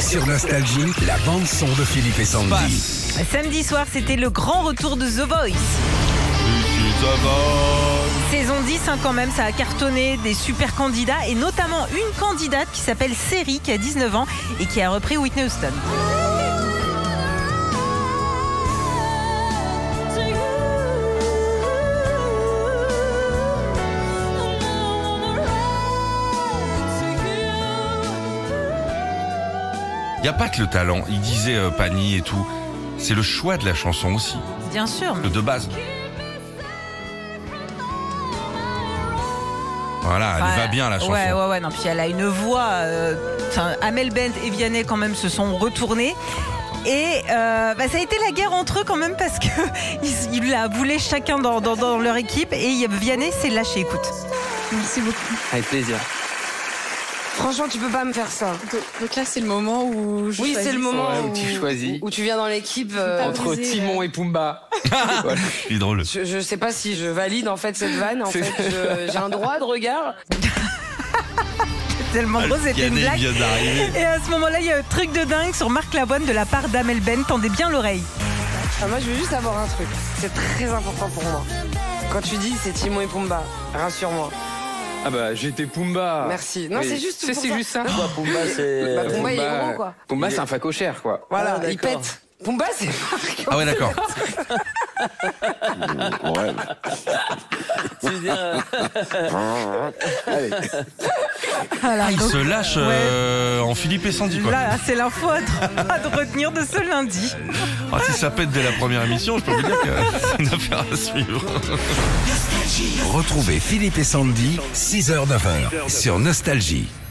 Sur Nostalgie, la bande-son de Philippe et Sandy. Samedi soir, c'était le grand retour de The Voice. Saison 10, quand même, ça a cartonné, des super candidats et notamment une candidate qui s'appelle Seri, qui a 19 ans et qui a repris Whitney Houston. Il n'y a pas que le talent, il disait Pani et tout, c'est le choix de la chanson aussi, Bien sûr. de base. Voilà, elle va bien la chanson. Ouais, non, puis elle a une voix. Amel Bent et Vianney quand même se sont retournés. Et ça a été la guerre entre eux quand même parce que il a boulé chacun dans leur équipe et Vianney s'est lâché. Écoute. Merci beaucoup. Avec plaisir. Franchement, tu peux pas me faire ça. Donc là, c'est le moment où je choisis. C'est le moment où tu choisis. où tu viens dans l'équipe. Entre Timon et Pumba. Voilà. Il est drôle. Je sais pas si je valide en fait cette vanne. En fait, j'ai un droit de regard. Tellement drôle, c'était une Vianney blague. vient d'arriver. Et à ce moment-là, il y a un truc de dingue sur Marc Lavoine de la part d'Amel Bent. Tendez bien l'oreille. Moi, je veux juste avoir un truc. C'est très important pour moi. Quand tu dis c'est Timon et Pumba, rassure-moi. Ah bah j'étais Pumba. Merci. Non, Oui. c'est juste. C'est juste ça. Pumba, c'est. Pumba, il est gros, quoi. Pumba, c'est un facochère, quoi. Voilà, Ah, il d'accord. pète. Pumba, c'est Marc. Ah ouais, d'accord. Ouais. Tu veux dire. Allez. Voilà, Il donc, se lâche en Philippe et Sandy, quoi. là, c'est l'info à retenir de ce lundi. Ah, si ça pète dès la première émission, je peux vous dire que c'est une affaire à suivre. Retrouvez Philippe et Sandy, 6h-9h, sur Nostalgie.